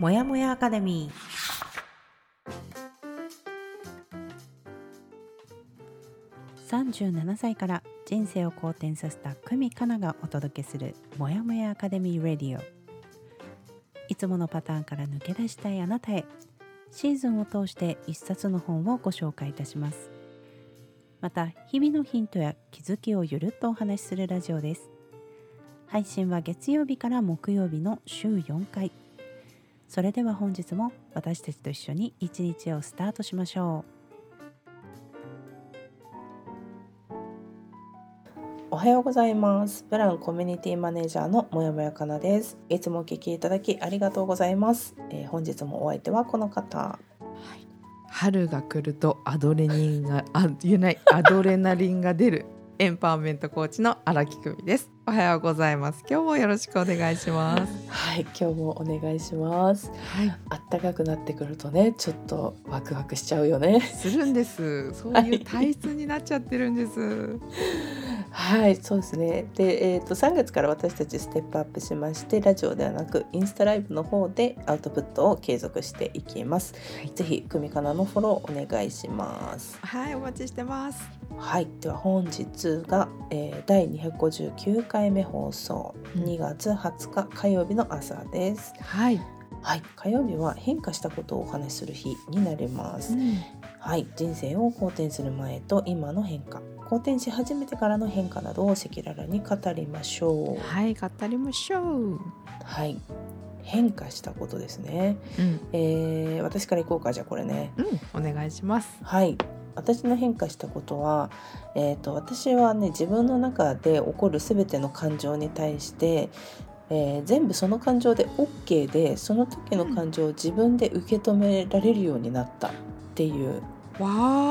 もやもやアカデミー。37歳から人生を好転させた久美かながお届けするもやもやアカデミーラディオ。いつものパターンから抜け出したいあなたへ、シーズンを通して一冊の本をご紹介いたします。また日々のヒントや気づきをゆるっとお話しするラジオです。配信は月曜日から木曜日の週4回。それでは本日も私たちと一緒に一日をスタートしましょう。おはようございます。プランコミュニティマネージャーのもやもやかなです。いつもお聞きいただきありがとうございます。本日もお相手はこの方。 春が来るとアドレナリンが出るエンパワーメントコーチの荒木久美です。おはようございます。今日もよろしくお願いします。 はい、今日もお願いします。 はい、 暖かくなってくるとね、ちょっとワクワクしちゃうよね。 するんです。そういう体質になっちゃってるんです。 はい、そうですね。で、3月から私たちステップアップしまして、ラジオではなくインスタライブの方でアウトプットを継続していきます。 はい、 ぜひ久美かなのフォローお願いします。 はい、お待ちしてます。 はい、では本日が、第259回目放送、2月20日火曜日の朝です。 はい、 はい、火曜日は変化したことをお話しする日になります。はい、人生を好転する前と今の変化、好転し始めてからの変化などを赤裸々に語りましょう。 はい、語りましょう。 はい、変化したことですね。私からいこうか。じゃあこれね、 お願いします。 はい、私の変化したことは、私はね、自分の中で起こるすべての感情に対して、全部その感情で OK で、その時の感情を自分で受け止められるようになったっていう。 わ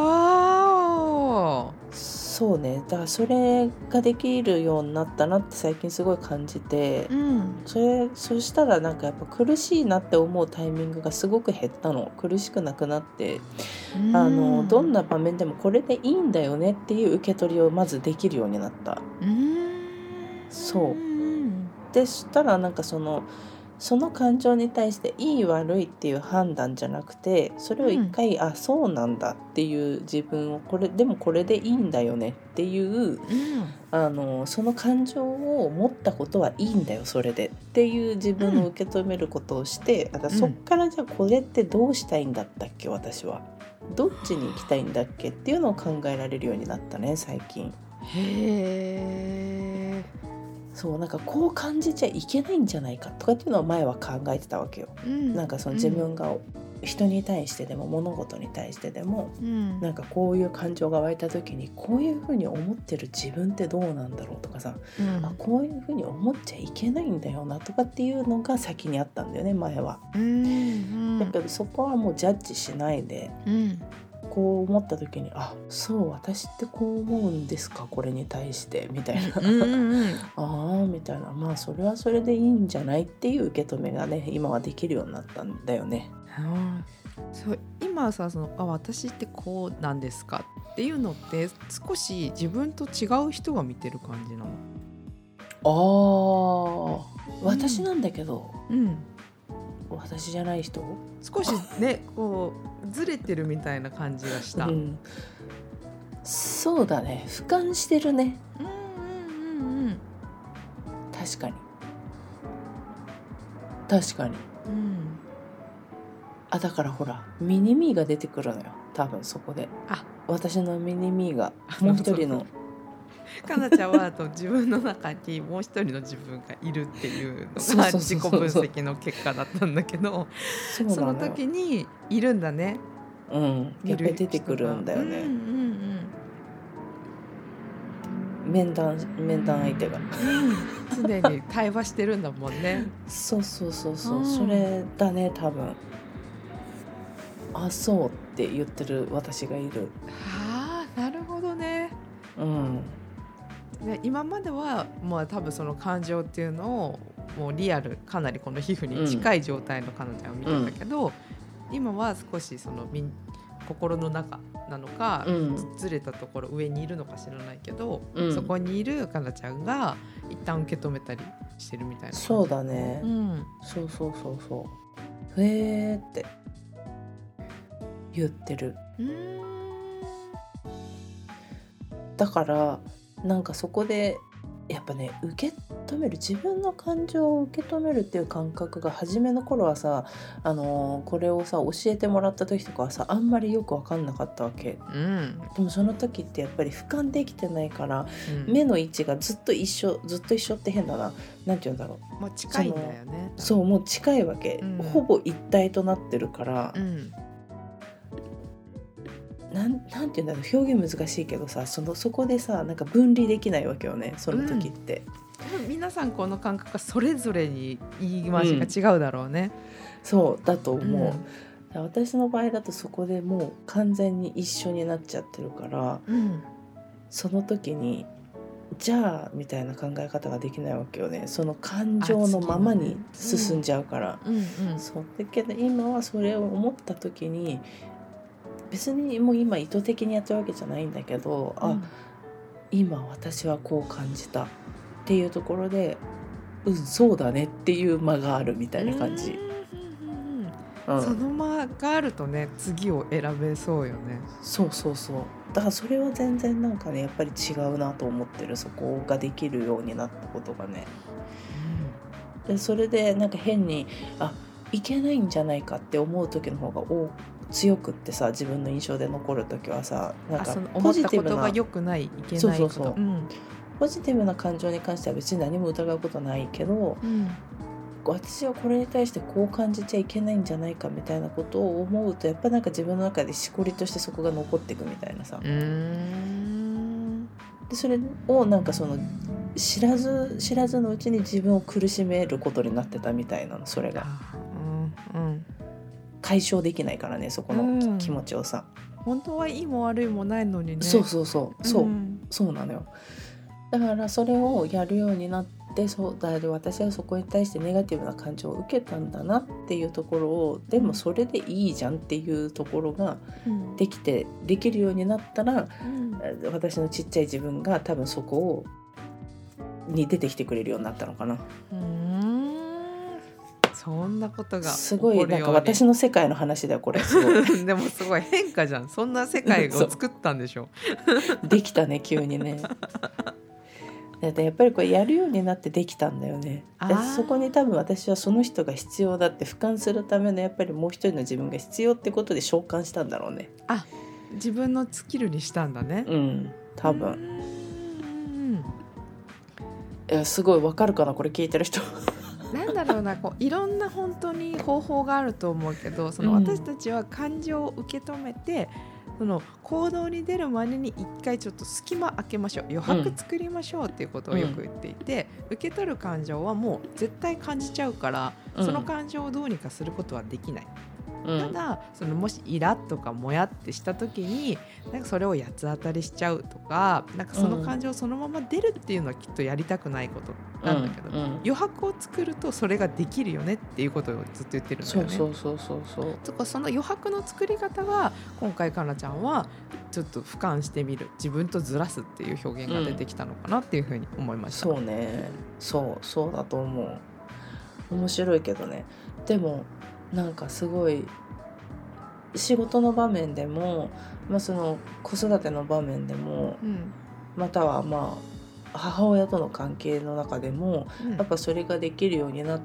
ー、 そうね、だからそれができるようになったなって最近すごい感じて、そしたらなんかやっぱ苦しいなって思うタイミングがすごく減ったの。苦しくなくなって、どんな場面でもこれでいいんだよねっていう受け取りをまずできるようになった。そうでしたらなんかその感情に対していい悪いっていう判断じゃなくて、それを一回、あ、そうなんだっていう自分を、これでいいんだよねっていう、その感情を持ったことはいいんだよそれでっていう自分を受け止めることをして、そっからじゃあこれってどうしたいんだったっけ、私はどっちに行きたいんだっけっていうのを考えられるようになったね、最近。 へー、 そうなんかこう感じちゃいけないんじゃないかとかっていうのを前は考えてたわけよ。なんかその自分が人に対してでも物事に対してでも、なんかこういう感情が湧いた時にこういうふうに思ってる自分ってどうなんだろうとかさ、あ、こういうふうに思っちゃいけないんだよなとかっていうのが先にあったんだよね、前は。だけどそこはもうジャッジしないで、こう思った時に、あ、そう私ってこう思うんですか、これに対してみたいなああみたいな、まあそれはそれでいいんじゃないっていう受け止めがね、今はできるようになったんだよね。 そう今さ、私ってこうなんですかっていうのって少し自分と違う人が見てる感じなの。 私なんだけど、私じゃない人少しねこうずれてるみたいな感じがした。 そうだね、俯瞰してるね。確かに、だからほらミニミーが出てくるのよ、多分そこで。私のミニミーがもう一人のかなちゃんは自分の中にもう一人の自分がいるっていうのが自己分析の結果だったんだけど、その時にいるんだね。 やっぱり出てくるんだよね。面談相手が常に対話してるんだもんね。 そう、それだね、多分。あ、そうって言ってる私がいる。 なるほどね。で今まではもう多分その感情っていうのをもうリアル、かなりこの皮膚に近い状態のかなちゃんを見てたけど、今は少しその心の中なのか、ずれたところ上にいるのか知らないけど、そこにいるかなちゃんが一旦受け止めたりしてるみたいな。 そうだね、そうって言ってる。だからなんかそこでやっぱね、受け止める、自分の感情を受け止めるっていう感覚が初めの頃はさ、これをさ教えてもらった時とかはさ、あんまりよく分かんなかったわけ。でもその時ってやっぱり俯瞰できてないから、目の位置がずっと一緒って変だな、なんて言うんだろう、 もう近いんだよね。 そう、もう近いわけ、ほぼ一体となってるから、なんて言うんだろう、表現難しいけどさ、そこでさ、なんか分離できないわけよね、その時って、 皆さんこの感覚がそれぞれに言い回しが違うだろうね。 そうだと思う、私の場合だとそこでもう完全に一緒になっちゃってるから、その時にじゃあみたいな考え方ができないわけよね。その感情のままに進んじゃうから、そうだけど今はそれを思った時に、別にもう今意図的にやってるわけじゃないんだけど、今私はこう感じたっていうところで、そうだねっていう間があるみたいな感じ。 その間があるとね、次を選べそうよね。 そうだからそれは全然なんかね、やっぱり違うなと思ってる。そこができるようになったことがね、でそれでなんか変にいけないんじゃないかって思う時の方が強くってさ、自分の印象で残る時はさ、なんかポジティブな、 思ったことが良くない、いけないこと、 ポジティブな感情に関しては別に何も疑うことないけど、私はこれに対してこう感じちゃいけないんじゃないかみたいなことを思うと、やっぱなんか自分の中でしこりとしてそこが残っていくみたいなさ、でそれをなんかその知らずのうちに自分を苦しめることになってたみたいなの、それが、解消できないからね、そこの気持ちをさ、 本当はいいも悪いもないのにね。 そうなのよ。だからそれをやるようになって、私はそこに対してネガティブな感情を受けたんだなっていうところを、でもそれでいいじゃんっていうところができるようになったら、私のちっちゃい自分が多分そこに出てきてくれるようになったのかな。 そんなことがすごいなんか私の世界の話だよこれ。すごいでもすごい変化じゃん。そんな世界を作ったんでしょできたね、急にね。だってやっぱりこれやるようになってできたんだよね。そこに多分私はその人が必要だって俯瞰するための、やっぱりもう一人の自分が必要ってことで召喚したんだろうね。 自分のスキルにしたんだね。 多分。すごいわかるかな、これ聞いてる人。 なんだろうな、いろんな本当に方法があると思うけど、私たちは感情を受け止めて、その行動に出るまでに一回ちょっと隙間開けましょう、余白作りましょうっていうことをよく言っていて、受け取る感情はもう絶対感じちゃうから、その感情をどうにかすることはできない。ただもしイラッとかモヤってした時になんかそれを八つ当たりしちゃうとか、なんかその感情そのまま出るっていうのはきっとやりたくないことなんだけど、余白を作るとそれができるよねっていうことをずっと言ってるんだよね。その余白の作り方は今回かなちゃんはちょっと俯瞰してみる、自分とずらすっていう表現が出てきたのかなっていうふうに思いました。 そうね、そうだと思う。面白いけどね。でもなんかすごい仕事の場面でも、その子育ての場面でも、または母親との関係の中でも、やっぱそれができるようになって、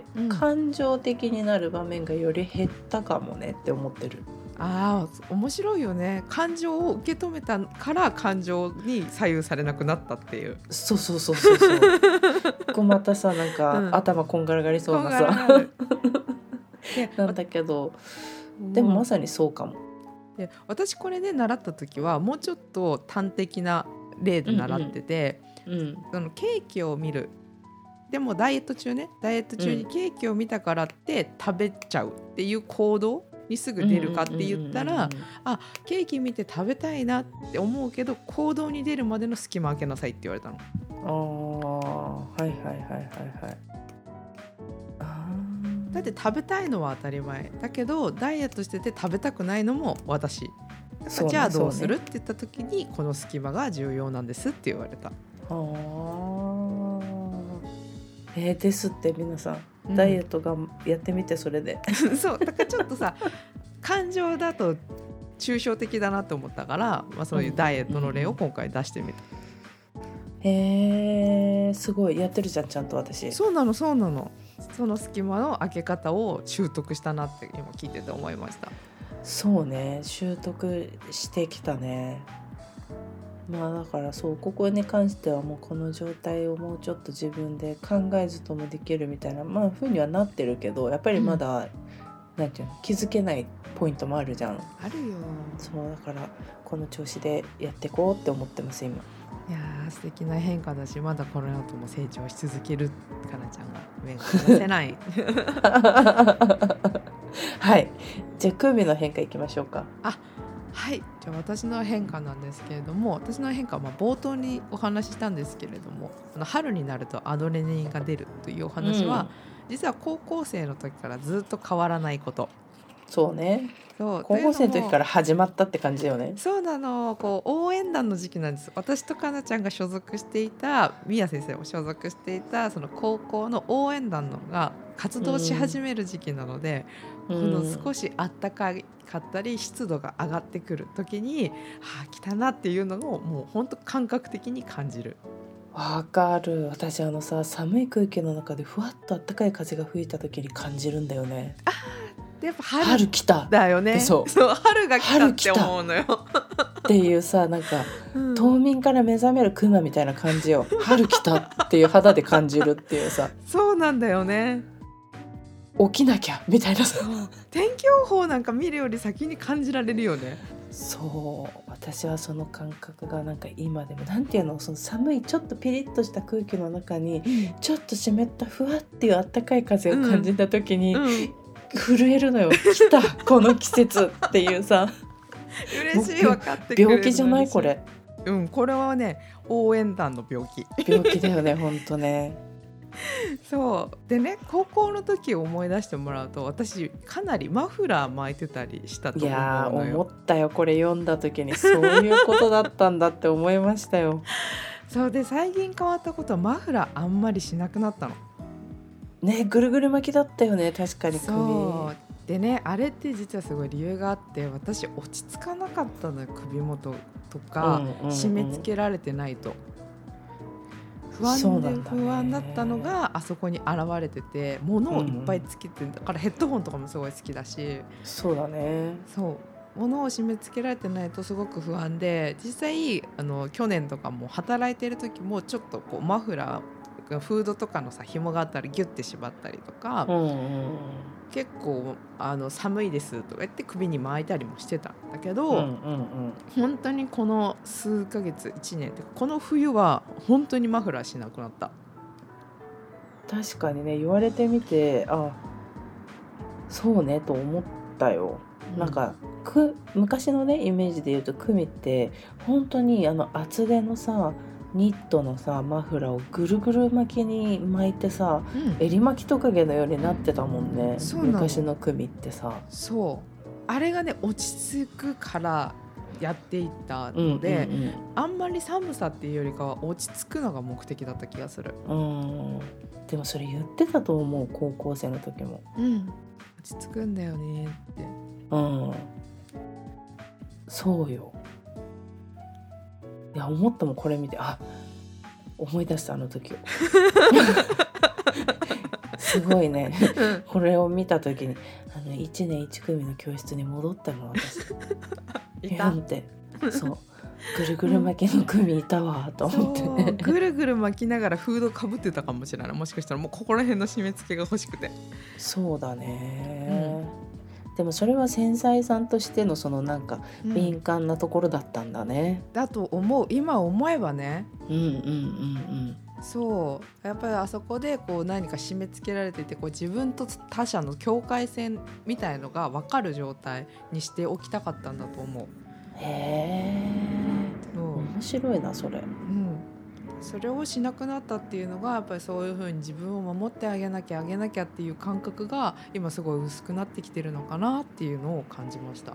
感情的になる場面がより減ったかもねって思ってる。 面白いよね。感情を受け止めたから感情に左右されなくなったっていう。 そうこうまたさ、なんか、頭こんがらがりそうなさなんだけど、でもまさにそうかも。 で、私これで習った時はもうちょっと端的な例で習ってて、そのケーキを見る、でもダイエット中にケーキを見たからって食べちゃうっていう行動にすぐ出るかって言ったら、ケーキ見て食べたいなって思うけど行動に出るまでの隙間開けなさいって言われたの。だって食べたいのは当たり前だけど、ダイエットしてて食べたくないのも私。じゃあどうするって言った時に、この隙間が重要なんですって言われた。 ですって皆さん。 ダイエットがやってみてそれでそうだからちょっとさ感情だと抽象的だなと思ったから、そういうダイエットの例を今回出してみた。 へー、すごいやってるじゃんちゃんと私。 そうなのその隙間の開け方を習得したなって今聞いてて思いました。 そうね、習得してきたね。だからそう、ここに関してはもうこの状態をもうちょっと自分で考えずともできるみたいな風にはなってるけど、やっぱりまだ、なんていうの、気づけないポイントもあるじゃん。 あるよ。 そうだからこの調子でやっていこうって思ってます今。 いや素敵な変化だし、まだこの後も成長し続けるかなちゃんが目が離せないはい、じゃあクーミの変化いきましょうか。 はい、じゃあ私の変化なんですけれども、私の変化は冒頭にお話ししたんですけれども、春になるとアドレナリンが出るというお話は、実は高校生の時からずっと変わらないこと。 そうね、高校生の時から始まったって感じよね。 そうなの、応援団の時期なんです。私とかなちゃんが所属していた、宮先生も所属していたその高校の応援団のが活動し始める時期なので、この少しあったかかったり湿度が上がってくる時に、来たなっていうのをもう本当感覚的に感じる。 わかる。私寒い空気の中でふわっとあったかい風が吹いた時に感じるんだよね。 やっぱ春来ただよね。 そう春が来たって思うのよっていうさ、なんか、冬眠から目覚めるクマみたいな感じよ。春来たっていう肌で感じるっていうさ。 そうなんだよね。 起きなきゃみたいなさ。 天気予報なんか見るより先に感じられるよね。 そう、私はその感覚がなんか今でもなんていうの、その寒いちょっとピリッとした空気の中に、ちょっと湿ったふわっていうあったかい風を感じた時に、震えるのよ。来たこの季節っていうさ嬉しい、分かってくれる。 病気じゃないこれ。 これはね、応援団の病気だよね本当ね。 そうでね、高校の時を思い出してもらうと、私かなりマフラー巻いてたりしたと思うのよ。 いや思ったよ、これ読んだ時にそういうことだったんだって思いましたよそうで、最近変わったことはマフラーあんまりしなくなったのね。ぐるぐる巻きだったよね、確かに首。 そうでね、あれって実はすごい理由があって、私落ち着かなかったのよ、首元とか、締め付けられてないと不安だったのがあそこに現れてて、物をいっぱいつけて、だからヘッドホンとかもすごい好きだし。そうだね。そう物を締め付けられてないとすごく不安で、実際去年とかも働いてる時もちょっとマフラーフードとかのさ紐があったらギュッて縛ったりとか、結構寒いですとか言って首に巻いたりもしてたんだけど、本当にこの数ヶ月1年ってこの冬は本当にマフラーしなくなった。 確かにね、言われてみてそうねと思ったよ。なんか昔のねイメージで言うとクミって本当に厚手のさニットのさマフラーをぐるぐる巻きに巻いてさ、襟巻きトカゲのようになってたもんね。昔のクミってさ。そうあれがね落ち着くからやっていったので、あんまり寒さっていうよりかは落ち着くのが目的だった気がする。 でもそれ言ってたと思う、高校生の時も。落ち着くんだよねって。そうよ。いや思ったもん、これ見て思い出した、あの時をすごいねこれを見た時に1年1組の教室に戻ったの私いたってそうぐるぐる巻きの組いたわと思ってねぐるぐる巻きながらフードかぶってたかもしれない。もしかしたらもうここら辺の締め付けが欲しくて。 そうだね、でもそれは繊細さんとしてのそのなんか敏感なところだったんだね、 だと思う、今思えばね。そうやっぱりあそこで何か締め付けられていて、自分と他者の境界線みたいのが分かる状態にしておきたかったんだと思う。 へー、面白いなそれ。 それをしなくなったっていうのがやっぱりそういう風に自分を守ってあげなきゃっていう感覚が今すごい薄くなってきてるのかなっていうのを感じました。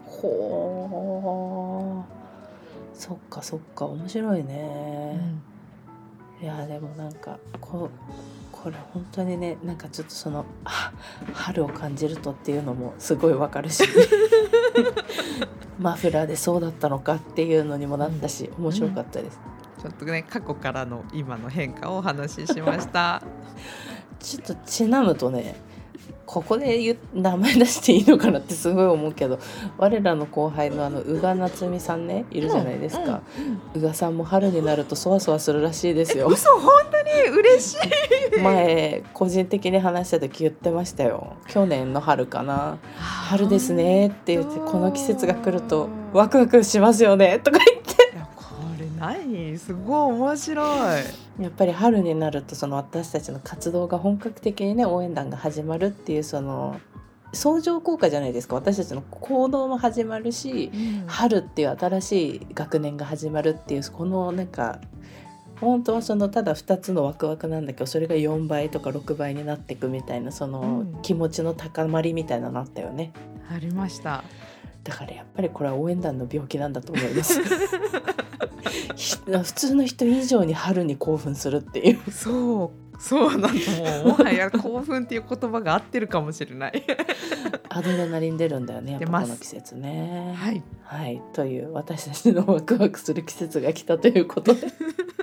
ほー、そっかそっか、面白いね、いやでもなんかここれ本当にね、なんかちょっとその春を感じるとっていうのもすごいわかるしマフラーでそうだったのかっていうのにもなったし、面白かったです、 ちょっとね過去からの今の変化をお話ししましたちょっとちなむとね、ここで名前出していいのかなってすごい思うけど、我らの後輩の宇賀夏美さんね、いるじゃないですか。宇賀さんも春になるとそわそわするらしいですよ。 嘘、本当に嬉しい前個人的に話した時言ってましたよ。去年の春かな、春ですねって言って、この季節が来るとワクワクしますよねとか言って、 これ何すごい面白い。 やっぱり春になるとその私たちの活動が本格的にね、応援団が始まるっていうその相乗効果じゃないですか。私たちの行動も始まるし、春っていう新しい学年が始まるっていう、このなんか本当はそのただ2つのワクワクなんだけど、それが4倍とか6倍になっていくみたいな、その気持ちの高まりみたいなのあったよね。 ありました。 だからやっぱりこれは応援団の病気なんだと思います普通の人以上に春に興奮するっていう。 そうなんだ。もはや興奮っていう言葉が合ってるかもしれないアドレナリン出るんだよね、やっぱこの季節ね。はい、という私たちのワクワクする季節が来たということで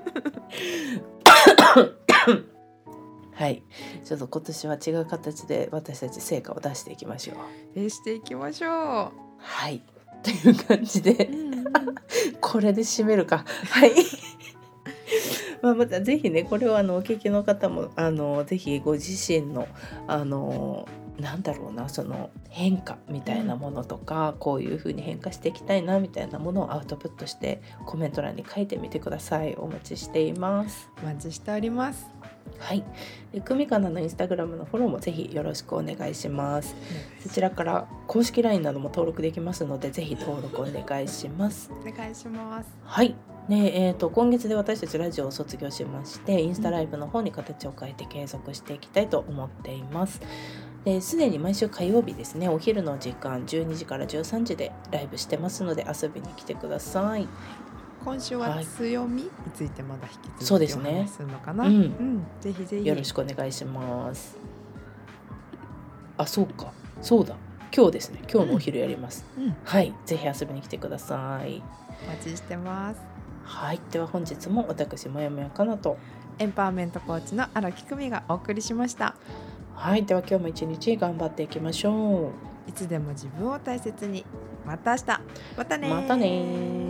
はい、ちょっと今年は違う形で私たち成果を出していきましょう。 していきましょう。 はい、という感じでこれで締めるか。はいまたぜひね、これをお聞きの方もぜひご自身のなんだろうな、その変化みたいなものとか、こういう風に変化していきたいなみたいなものをアウトプットしてコメント欄に書いてみてください。お待ちしています。 お待ちしております。 はい、で久美かなのインスタグラムのフォローもぜひよろしくお願いします。そちらから公式 LINE なども登録できますので、ぜひ登録お願いします。 お願いします。 はいね、今月で私たちラジオを卒業しまして、インスタライブの方に形を変えて継続していきたいと思っています。すでに毎週火曜日ですね、お昼の時間12時から13時でライブしてますので、遊びに来てください。 今週は強みについてまだ引きそうです続きお話しするのかな。ぜひぜひよろしくお願いします。そうだ、今日ですね、今日のお昼やります。はい、ぜひ遊びに来てください。 お待ちしてます。 はい、では本日も私もやもやかなとエンパワーメントコーチの荒木久美がお送りしました。 はい、では今日も一日頑張っていきましょう。 いつでも自分を大切に。また明日。またね。